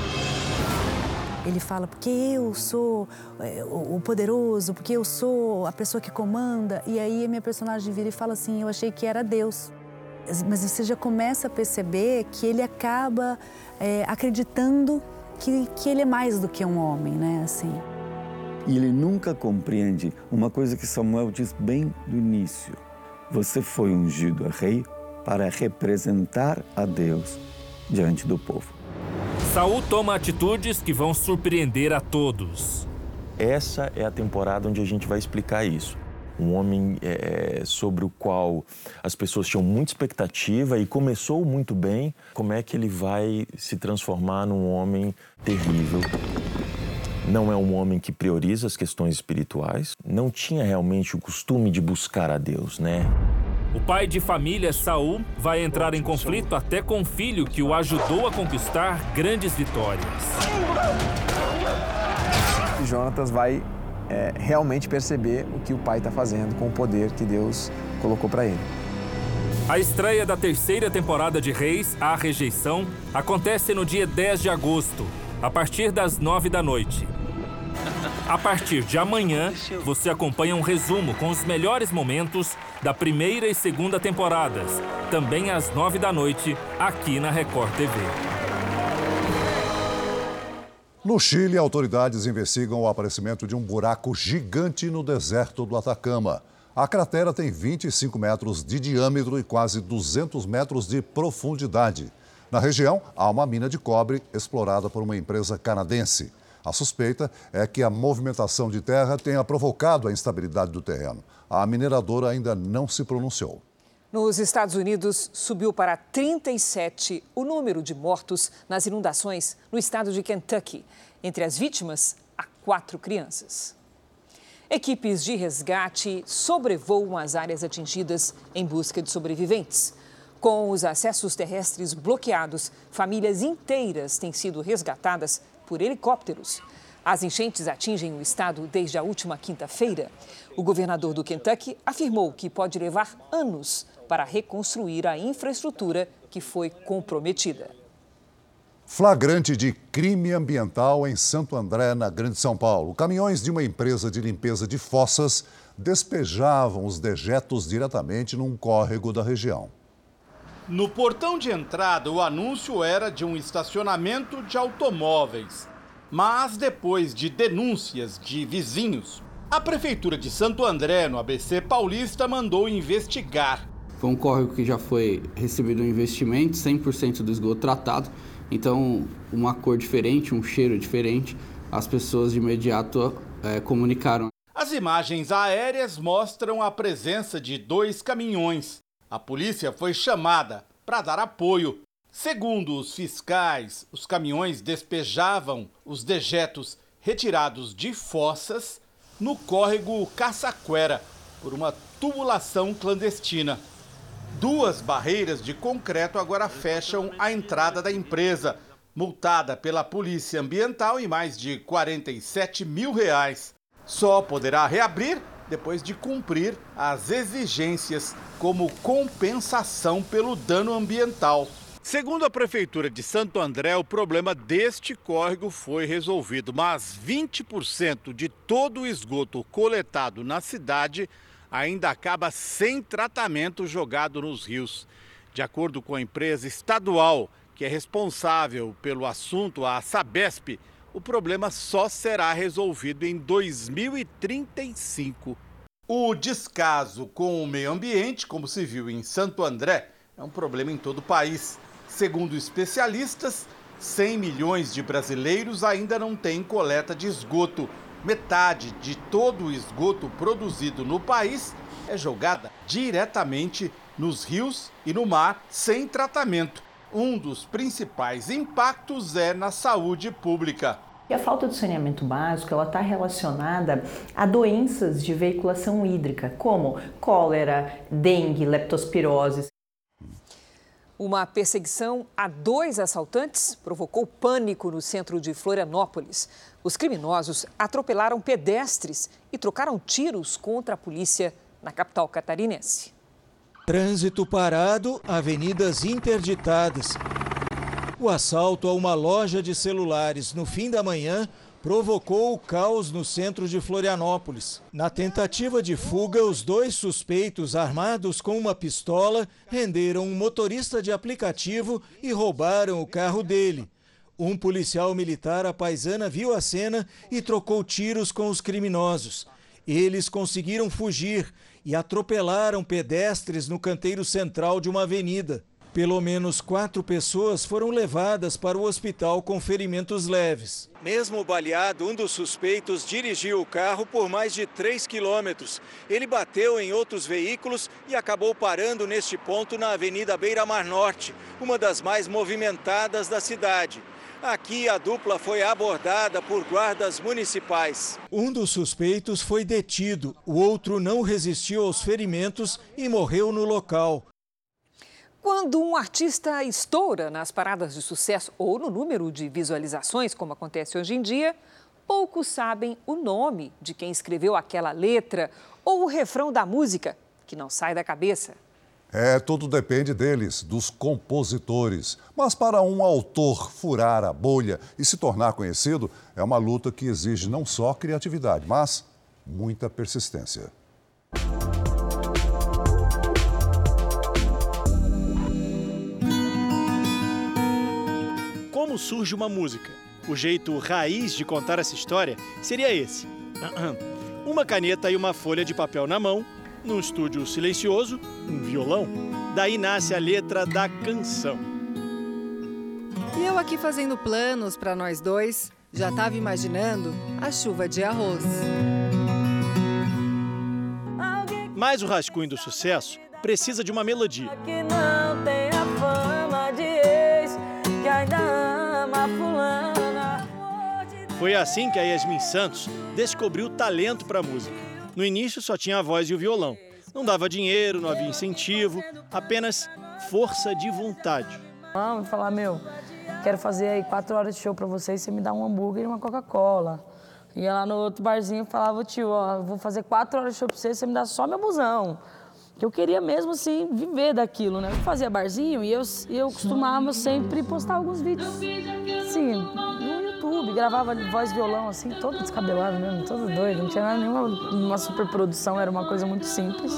Ele fala, porque eu sou é, o poderoso, porque eu sou a pessoa que comanda. E aí a minha personagem vira e fala assim, eu achei que era Deus. Mas você já começa a perceber que ele acaba é, acreditando que, que ele é mais do que um homem, né, assim. E ele nunca compreende uma coisa que Samuel diz bem no início. Você foi ungido a rei para representar a Deus diante do povo. Saul toma atitudes que vão surpreender a todos. Essa é a temporada onde a gente vai explicar isso. Um homem é, sobre o qual as pessoas tinham muita expectativa e começou muito bem. Como é que ele vai se transformar num homem terrível? Não é um homem que prioriza as questões espirituais. Não tinha realmente o costume de buscar a Deus, né? O pai de família, Saul, vai entrar em conflito até com o filho que o ajudou a conquistar grandes vitórias. Jonatas vai é, realmente perceber o que o pai está fazendo com o poder que Deus colocou para ele. A estreia da terceira temporada de Reis, A Rejeição, acontece no dia dez de agosto, a partir das nove da noite. A partir de amanhã, você acompanha um resumo com os melhores momentos da primeira e segunda temporadas, também às nove da noite, aqui na Record T V. No Chile, autoridades investigam o aparecimento de um buraco gigante no deserto do Atacama. A cratera tem vinte e cinco metros de diâmetro e quase duzentos metros de profundidade. Na região, há uma mina de cobre explorada por uma empresa canadense. A suspeita é que a movimentação de terra tenha provocado a instabilidade do terreno. A mineradora ainda não se pronunciou. Nos Estados Unidos, subiu para trinta e sete o número de mortos nas inundações no estado de Kentucky. Entre as vítimas, há quatro crianças. Equipes de resgate sobrevoam as áreas atingidas em busca de sobreviventes. Com os acessos terrestres bloqueados, famílias inteiras têm sido resgatadas por helicópteros. As enchentes atingem o estado desde a última quinta-feira. O governador do Kentucky afirmou que pode levar anos para reconstruir a infraestrutura que foi comprometida. Flagrante de crime ambiental em Santo André, na Grande São Paulo. Caminhões de uma empresa de limpeza de fossas despejavam os dejetos diretamente num córrego da região. No portão de entrada, o anúncio era de um estacionamento de automóveis. Mas depois de denúncias de vizinhos, a Prefeitura de Santo André, no A B C Paulista, mandou investigar. Foi um córrego que já foi recebido um investimento, cem por cento do esgoto tratado. Então, uma cor diferente, um cheiro diferente, as pessoas de imediato é, comunicaram. As imagens aéreas mostram a presença de dois caminhões. A polícia foi chamada para dar apoio. Segundo os fiscais, os caminhões despejavam os dejetos retirados de fossas no córrego Caçaquera, por uma tubulação clandestina. Duas barreiras de concreto agora fecham a entrada da empresa, multada pela Polícia Ambiental em mais de quarenta e sete mil reais. Só poderá reabrir depois de cumprir as exigências como compensação pelo dano ambiental. Segundo a Prefeitura de Santo André, o problema deste córrego foi resolvido, mas vinte por cento de todo o esgoto coletado na cidade ainda acaba sem tratamento jogado nos rios. De acordo com a empresa estadual, que é responsável pelo assunto, a Sabesp, o problema só será resolvido em dois mil e trinta e cinco. O descaso com o meio ambiente, como se viu em Santo André, é um problema em todo o país. Segundo especialistas, cem milhões de brasileiros ainda não têm coleta de esgoto. Metade de todo o esgoto produzido no país é jogada diretamente nos rios e no mar sem tratamento. Um dos principais impactos é na saúde pública. E a falta de saneamento básico ela está relacionada a doenças de veiculação hídrica, como cólera, dengue, leptospirose. Uma perseguição a dois assaltantes provocou pânico no centro de Florianópolis. Os criminosos atropelaram pedestres e trocaram tiros contra a polícia na capital catarinense. Trânsito parado, avenidas interditadas. O assalto a uma loja de celulares no fim da manhã provocou o caos no centro de Florianópolis. Na tentativa de fuga, os dois suspeitos armados com uma pistola renderam um motorista de aplicativo e roubaram o carro dele. Um policial militar à paisana viu a cena e trocou tiros com os criminosos. Eles conseguiram fugir e atropelaram pedestres no canteiro central de uma avenida. Pelo menos quatro pessoas foram levadas para o hospital com ferimentos leves. Mesmo baleado, um dos suspeitos dirigiu o carro por mais de três quilômetros. Ele bateu em outros veículos e acabou parando neste ponto na Avenida Beira-Mar Norte, uma das mais movimentadas da cidade. Aqui a dupla foi abordada por guardas municipais. Um dos suspeitos foi detido, o outro não resistiu aos ferimentos e morreu no local. Quando um artista estoura nas paradas de sucesso ou no número de visualizações, como acontece hoje em dia, poucos sabem o nome de quem escreveu aquela letra ou o refrão da música, que não sai da cabeça. É, tudo depende deles, dos compositores. Mas para um autor furar a bolha e se tornar conhecido, é uma luta que exige não só criatividade, mas muita persistência. Como surge uma música? O jeito raiz de contar essa história seria esse. Uma caneta e uma folha de papel na mão, num estúdio silencioso, um violão, daí nasce a letra da canção. E eu aqui fazendo planos para nós dois, já estava imaginando a chuva de arroz. Mas o rascunho do sucesso precisa de uma melodia. Que não tem a fama de ex, que ainda ama fulana. Foi assim que a Yasmin Santos descobriu talento para a música. No início só tinha a voz e o violão. Não dava dinheiro, não havia incentivo, apenas força de vontade. Vamos falar, meu, quero fazer aí quatro horas de show pra vocês, você me dá um hambúrguer e uma Coca-Cola. Ia lá no outro barzinho e falava, tio, ó, vou fazer quatro horas de show pra vocês, você me dá só meu busão. Que eu queria mesmo, assim, viver daquilo, né? Eu fazia barzinho e eu, eu costumava sempre postar alguns vídeos, assim, no YouTube, gravava voz e violão, assim, todo descabelado mesmo, todo doido, não tinha nada, nenhuma uma super produção, era uma coisa muito simples.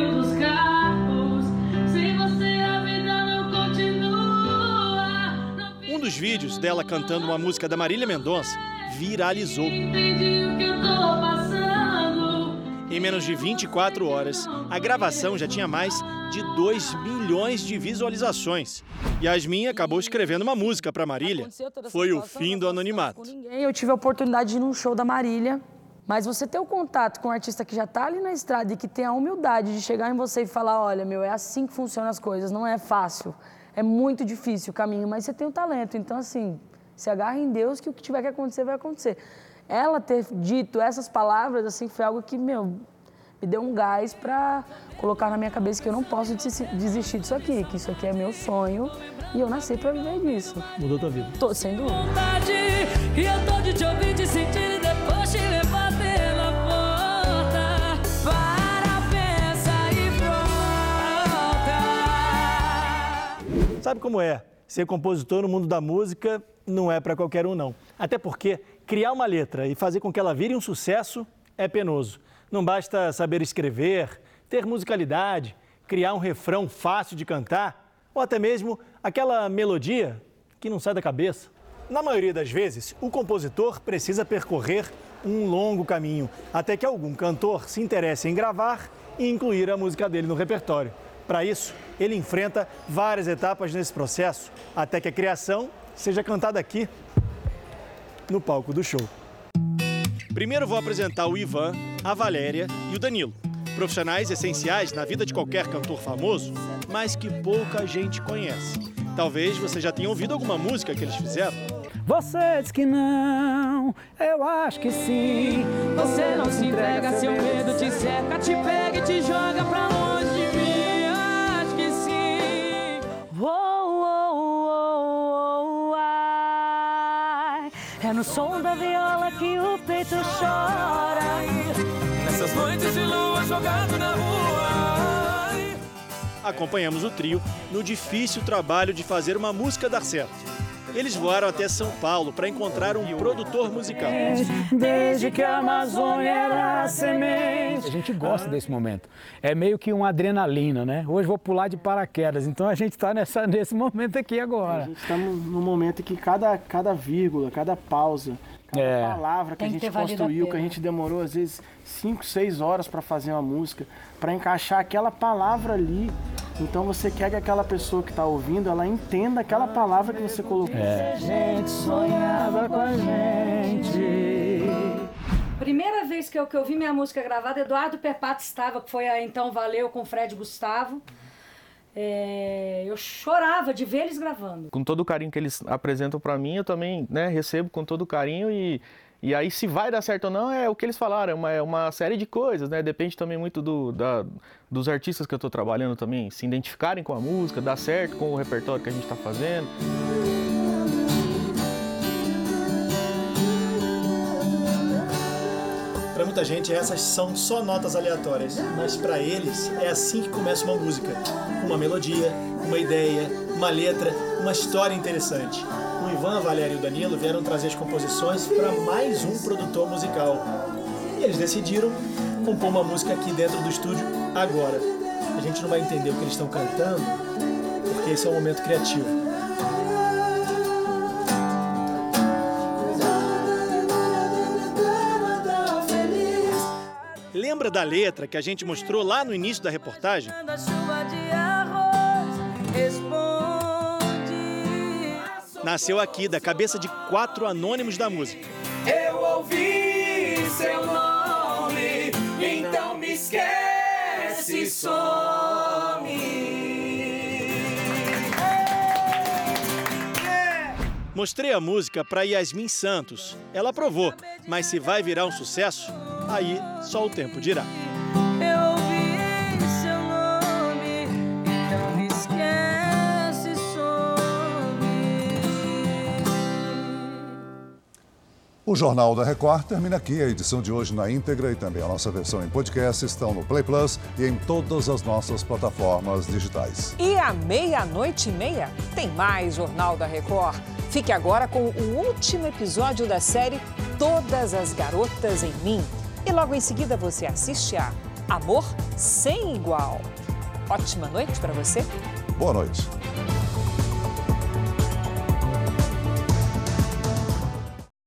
Um dos vídeos dela cantando uma música da Marília Mendonça viralizou. Em menos de vinte e quatro horas, a gravação já tinha mais de dois milhões de visualizações. Yasmin acabou escrevendo uma música para Marília. Foi o fim do anonimato. Eu tive a oportunidade de ir num show da Marília, mas você ter o contato com um artista que já está ali na estrada e que tem a humildade de chegar em você e falar, olha, meu, é assim que funcionam as coisas, não é fácil, é muito difícil o caminho, mas você tem o talento. Então, assim, se agarra em Deus que o que tiver que acontecer, vai acontecer. Ela ter dito essas palavras, assim, foi algo que, meu, me deu um gás para colocar na minha cabeça que eu não posso desistir disso aqui, que isso aqui é meu sonho e eu nasci para viver disso. Mudou tua vida? Tô, sem dúvida. E eu tô de te ouvir, de sentir e depois te levar pela porta. Para, pensa e volta. Sabe como é? Ser compositor no mundo da música não é para qualquer um, não. Até porque criar uma letra e fazer com que ela vire um sucesso é penoso. Não basta saber escrever, ter musicalidade, criar um refrão fácil de cantar ou até mesmo aquela melodia que não sai da cabeça. Na maioria das vezes, o compositor precisa percorrer um longo caminho até que algum cantor se interesse em gravar e incluir a música dele no repertório. Para isso, ele enfrenta várias etapas nesse processo até que a criação seja cantada aqui, no palco do show. Primeiro vou apresentar o Ivan, a Valéria e o Danilo. Profissionais essenciais na vida de qualquer cantor famoso, mas que pouca gente conhece. Talvez você já tenha ouvido alguma música que eles fizeram. Você diz que não, eu acho que sim. Você não se entrega, seu medo te cerca, te pega e te joga pra longe de mim. Eu acho que sim. Oh, oh, oh, oh, ai. É no som da viola que o peito chora. Nessas noites de lua jogado na rua. Acompanhamos o trio no difícil trabalho de fazer uma música dar certo. Eles voaram até São Paulo para encontrar um produtor musical. Desde que a Amazônia era semente. A gente gosta desse momento. É meio que uma adrenalina, né? Hoje vou pular de paraquedas, então a gente está nesse momento aqui agora. A gente está num momento em que cada, cada vírgula, cada pausa, cada é. palavra que Tem a gente que construiu, que a gente demorou às vezes cinco, seis horas para fazer uma música, para encaixar aquela palavra ali. Então você quer que aquela pessoa que está ouvindo, ela entenda aquela palavra que você colocou. É. A gente sonhava com a gente. Primeira vez que eu, que eu vi minha música gravada, Eduardo Perpato estava, que foi a Então Valeu com o Fred Gustavo. É, eu chorava de ver eles gravando. Com todo o carinho que eles apresentam para mim, eu também, né, recebo com todo o carinho e, e aí se vai dar certo ou não é o que eles falaram, é uma, é uma série de coisas, né? Depende também muito do, da, dos artistas que eu estou trabalhando também, se identificarem com a música, dar certo com o repertório que a gente está fazendo. Para muita gente, essas são só notas aleatórias, mas para eles é assim que começa uma música, com uma melodia, uma ideia, uma letra, uma história interessante. O Ivan, a Valéria e o Danilo vieram trazer as composições para mais um produtor musical. E eles decidiram compor uma música aqui dentro do estúdio agora. A gente não vai entender o que eles estão cantando, porque esse é um momento criativo. Lembra da letra que a gente mostrou lá no início da reportagem? Nasceu aqui, da cabeça de quatro anônimos da música. Eu ouvi seu nome, então me esquece, some. Mostrei a música para Yasmin Santos. Ela aprovou, mas se vai virar um sucesso, aí só o tempo dirá. Eu ouvi seu nome, então me esquece, some. O Jornal da Record termina aqui. A edição de hoje na íntegra e também a nossa versão em podcast estão no Play Plus e em todas as nossas plataformas digitais. E à meia-noite e meia tem mais Jornal da Record. Fique agora com o último episódio da série Todas as Garotas em Mim. E logo em seguida você assiste a Amor Sem Igual. Ótima noite para você. Boa noite.